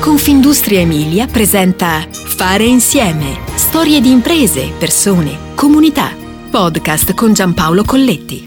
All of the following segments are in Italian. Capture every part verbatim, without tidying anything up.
Confindustria Emilia presenta Fare insieme. Storie di imprese, persone, comunità. Podcast con Giampaolo Colletti.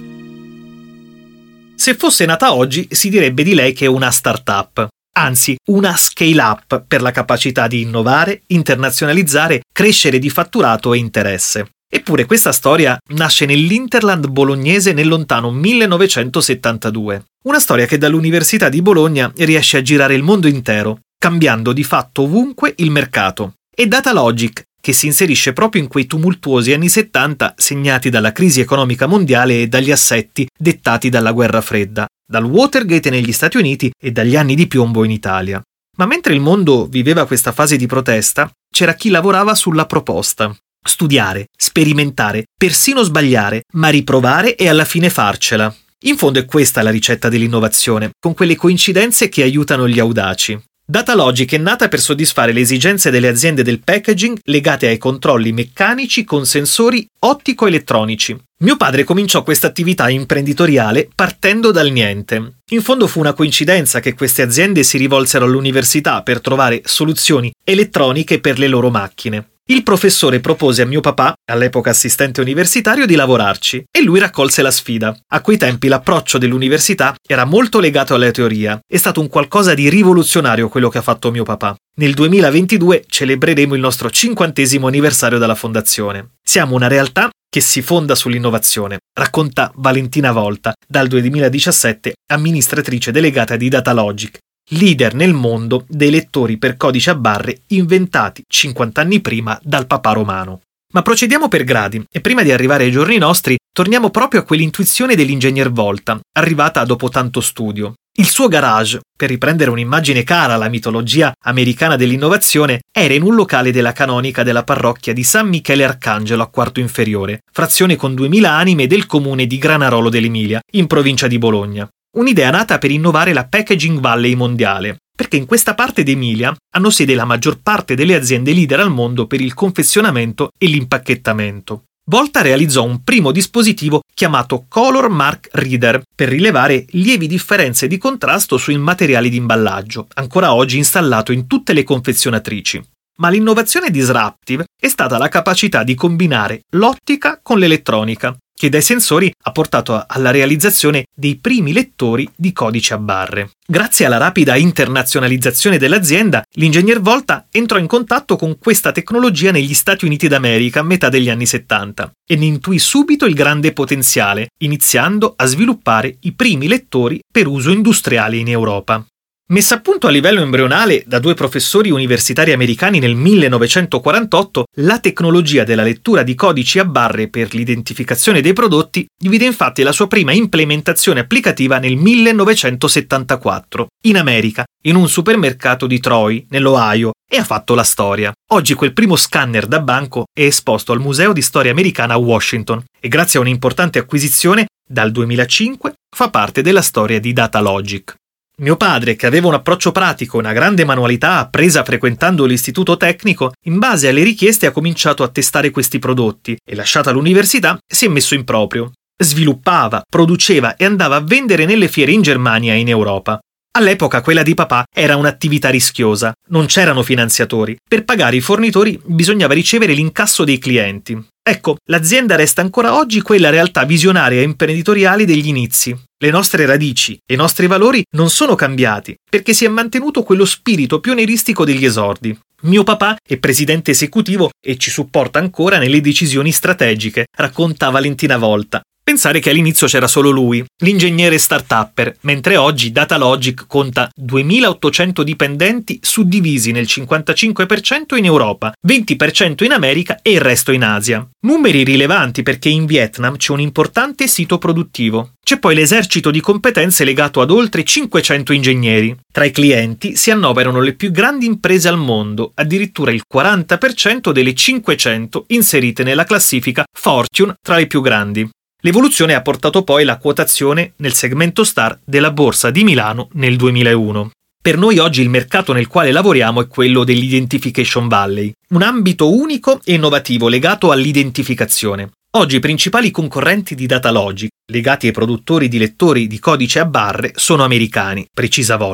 Se fosse nata oggi, si direbbe di lei che è una start-up. Anzi, una scale-up per la capacità di innovare, internazionalizzare, crescere di fatturato e interesse. Eppure questa storia nasce nell'Interland bolognese nel lontano millenovecentosettantadue. Una storia che dall'Università di Bologna riesce a girare il mondo intero, cambiando di fatto ovunque il mercato. E Datalogic, che si inserisce proprio in quei tumultuosi anni settanta segnati dalla crisi economica mondiale e dagli assetti dettati dalla guerra fredda, dal Watergate negli Stati Uniti e dagli anni di piombo in Italia. Ma mentre il mondo viveva questa fase di protesta, c'era chi lavorava sulla proposta. Studiare, sperimentare, persino sbagliare, ma riprovare e alla fine farcela. In fondo è questa la ricetta dell'innovazione, con quelle coincidenze che aiutano gli audaci. Datalogic è nata per soddisfare le esigenze delle aziende del packaging legate ai controlli meccanici con sensori ottico-elettronici. Mio padre cominciò questa attività imprenditoriale partendo dal niente. In fondo fu una coincidenza che queste aziende si rivolsero all'università per trovare soluzioni elettroniche per le loro macchine. Il professore propose a mio papà, all'epoca assistente universitario, di lavorarci e lui raccolse la sfida. A quei tempi l'approccio dell'università era molto legato alla teoria. È stato un qualcosa di rivoluzionario quello che ha fatto mio papà. Nel duemilaventidue celebreremo il nostro cinquantesimo anniversario dalla fondazione. Siamo una realtà che si fonda sull'innovazione, racconta Valentina Volta, dal duemiladiciassette amministratrice delegata di Datalogic, leader nel mondo dei lettori per codice a barre inventati cinquanta anni prima dal papà romano. Ma procediamo per gradi e prima di arrivare ai giorni nostri torniamo proprio a quell'intuizione dell'ingegner Volta, arrivata dopo tanto studio. Il suo garage, per riprendere un'immagine cara alla mitologia americana dell'innovazione, era in un locale della canonica della parrocchia di San Michele Arcangelo a Quarto Inferiore, frazione con duemila anime del comune di Granarolo dell'Emilia, in provincia di Bologna. Un'idea nata per innovare la Packaging Valley mondiale, perché in questa parte d'Emilia hanno sede la maggior parte delle aziende leader al mondo per il confezionamento e l'impacchettamento. Volta realizzò un primo dispositivo chiamato Color Mark Reader per rilevare lievi differenze di contrasto sui materiali di imballaggio, ancora oggi installato in tutte le confezionatrici. Ma l'innovazione disruptive è stata la capacità di combinare l'ottica con l'elettronica, che dai sensori ha portato alla realizzazione dei primi lettori di codice a barre. Grazie alla rapida internazionalizzazione dell'azienda, l'ingegner Volta entrò in contatto con questa tecnologia negli Stati Uniti d'America a metà degli anni settanta e ne intuì subito il grande potenziale, iniziando a sviluppare i primi lettori per uso industriale in Europa. Messa a punto a livello embrionale da due professori universitari americani nel millenovecentoquarantotto, la tecnologia della lettura di codici a barre per l'identificazione dei prodotti divide infatti la sua prima implementazione applicativa nel millenovecentosettantaquattro, in America, in un supermercato di Troy, nell'Ohio, e ha fatto la storia. Oggi quel primo scanner da banco è esposto al Museo di Storia Americana a Washington e grazie a un'importante acquisizione, dal duemilacinque, fa parte della storia di Datalogic. Mio padre, che aveva un approccio pratico e una grande manualità appresa frequentando l'istituto tecnico, in base alle richieste ha cominciato a testare questi prodotti e, lasciata l'università, si è messo in proprio. Sviluppava, produceva e andava a vendere nelle fiere in Germania e in Europa. All'epoca quella di papà era un'attività rischiosa, non c'erano finanziatori. Per pagare i fornitori bisognava ricevere l'incasso dei clienti. Ecco, l'azienda resta ancora oggi quella realtà visionaria e imprenditoriale degli inizi. Le nostre radici e i nostri valori non sono cambiati, perché si è mantenuto quello spirito pionieristico degli esordi. Mio papà è presidente esecutivo e ci supporta ancora nelle decisioni strategiche, racconta Valentina Volta. Pensare che all'inizio c'era solo lui, l'ingegnere start-upper, mentre oggi Datalogic conta duemilaottocento dipendenti suddivisi nel cinquantacinque per cento in Europa, venti per cento in America e il resto in Asia. Numeri rilevanti perché in Vietnam c'è un importante sito produttivo. C'è poi l'esercito di competenze legato ad oltre cinquecento ingegneri. Tra i clienti si annoverano le più grandi imprese al mondo, addirittura il quaranta per cento delle cinquecento inserite nella classifica Fortune tra le più grandi. L'evoluzione ha portato poi la quotazione nel segmento Star della Borsa di Milano nel duemilauno. Per noi oggi il mercato nel quale lavoriamo è quello dell'Identification Valley, un ambito unico e innovativo legato all'identificazione. Oggi i principali concorrenti di Datalogic, legati ai produttori di lettori di codice a barre, sono americani, precisa Volta.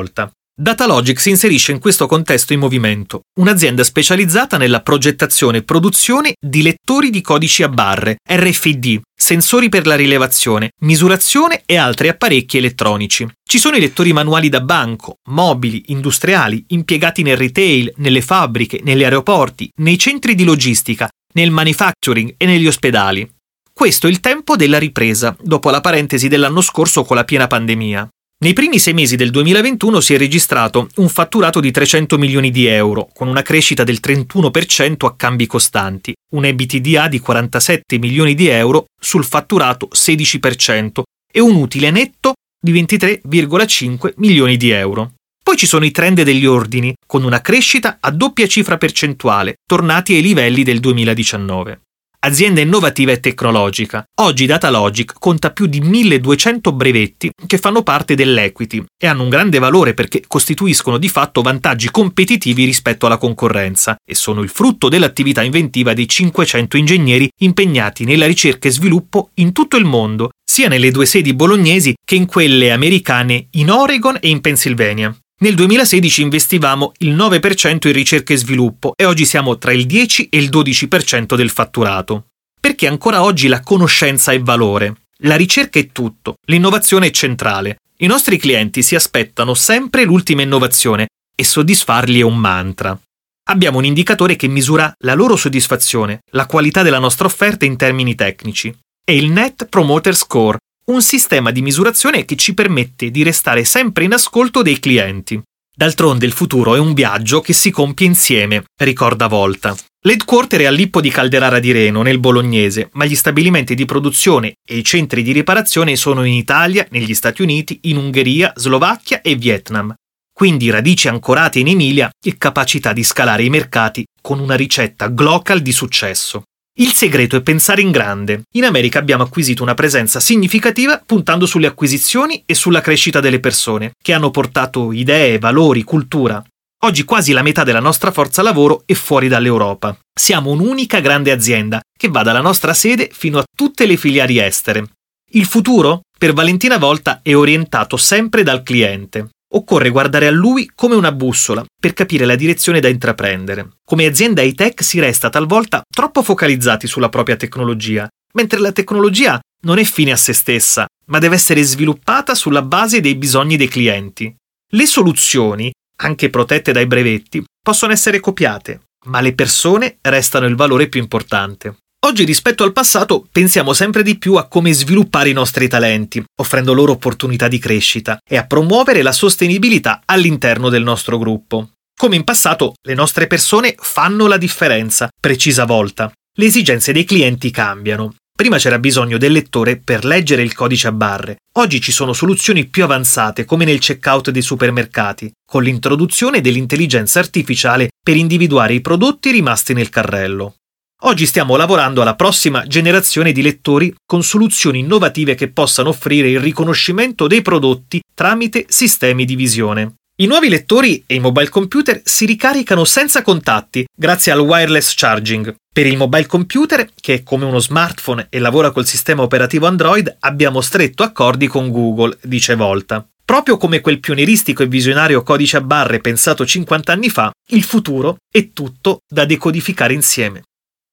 Datalogic si inserisce in questo contesto in movimento, un'azienda specializzata nella progettazione e produzione di lettori di codici a barre, R F I D, sensori per la rilevazione, misurazione e altri apparecchi elettronici. Ci sono i lettori manuali da banco, mobili, industriali, impiegati nel retail, nelle fabbriche, negli aeroporti, nei centri di logistica, nel manufacturing e negli ospedali. Questo è il tempo della ripresa, dopo la parentesi dell'anno scorso con la piena pandemia. Nei primi sei mesi del duemilaventuno si è registrato un fatturato di trecento milioni di euro, con una crescita del trentuno per cento a cambi costanti, un E B T D A di quarantasette milioni di euro sul fatturato sedici per cento e un utile netto di ventitré virgola cinque milioni di euro. Poi ci sono i trend degli ordini, con una crescita a doppia cifra percentuale, tornati ai livelli del duemiladiciannove. Azienda innovativa e tecnologica. Oggi Datalogic conta più di milleduecento brevetti che fanno parte dell'equity e hanno un grande valore perché costituiscono di fatto vantaggi competitivi rispetto alla concorrenza e sono il frutto dell'attività inventiva dei cinquecento ingegneri impegnati nella ricerca e sviluppo in tutto il mondo, sia nelle due sedi bolognesi che in quelle americane in Oregon e in Pennsylvania. Nel duemilasedici investivamo il nove per cento in ricerca e sviluppo e oggi siamo tra il dieci e il dodici per cento del fatturato. Perché ancora oggi la conoscenza è valore. La ricerca è tutto, l'innovazione è centrale. I nostri clienti si aspettano sempre l'ultima innovazione e soddisfarli è un mantra. Abbiamo un indicatore che misura la loro soddisfazione, la qualità della nostra offerta in termini tecnici. È il Net Promoter Score, un sistema di misurazione che ci permette di restare sempre in ascolto dei clienti. D'altronde il futuro è un viaggio che si compie insieme, ricorda Volta. L'headquarter è a Lippo di Calderara di Reno, nel bolognese, ma gli stabilimenti di produzione e i centri di riparazione sono in Italia, negli Stati Uniti, in Ungheria, Slovacchia e Vietnam. Quindi radici ancorate in Emilia e capacità di scalare i mercati con una ricetta global di successo. Il segreto è pensare in grande. In America abbiamo acquisito una presenza significativa puntando sulle acquisizioni e sulla crescita delle persone, che hanno portato idee, valori, cultura. Oggi quasi la metà della nostra forza lavoro è fuori dall'Europa. Siamo un'unica grande azienda che va dalla nostra sede fino a tutte le filiali estere. Il futuro, per Valentina Volta, è orientato sempre dal cliente. Occorre guardare a lui come una bussola per capire la direzione da intraprendere. Come azienda high-tech si resta talvolta troppo focalizzati sulla propria tecnologia, mentre la tecnologia non è fine a se stessa, ma deve essere sviluppata sulla base dei bisogni dei clienti. Le soluzioni, anche protette dai brevetti, possono essere copiate, ma le persone restano il valore più importante. Oggi rispetto al passato pensiamo sempre di più a come sviluppare i nostri talenti, offrendo loro opportunità di crescita e a promuovere la sostenibilità all'interno del nostro gruppo. Come in passato, le nostre persone fanno la differenza, precisa Volta. Le esigenze dei clienti cambiano. Prima c'era bisogno del lettore per leggere il codice a barre. Oggi ci sono soluzioni più avanzate come nel checkout dei supermercati, con l'introduzione dell'intelligenza artificiale per individuare i prodotti rimasti nel carrello. Oggi stiamo lavorando alla prossima generazione di lettori con soluzioni innovative che possano offrire il riconoscimento dei prodotti tramite sistemi di visione. I nuovi lettori e i mobile computer si ricaricano senza contatti grazie al wireless charging. Per il mobile computer, che è come uno smartphone e lavora col sistema operativo Android, abbiamo stretto accordi con Google, dice Volta. Proprio come quel pionieristico e visionario codice a barre pensato cinquanta anni fa, il futuro è tutto da decodificare insieme.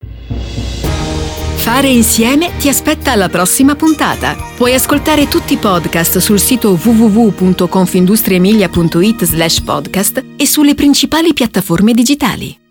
Fare insieme ti aspetta alla prossima puntata. Puoi ascoltare tutti i podcast sul sito w w w punto confindustriemilia punto it slash podcast e sulle principali piattaforme digitali.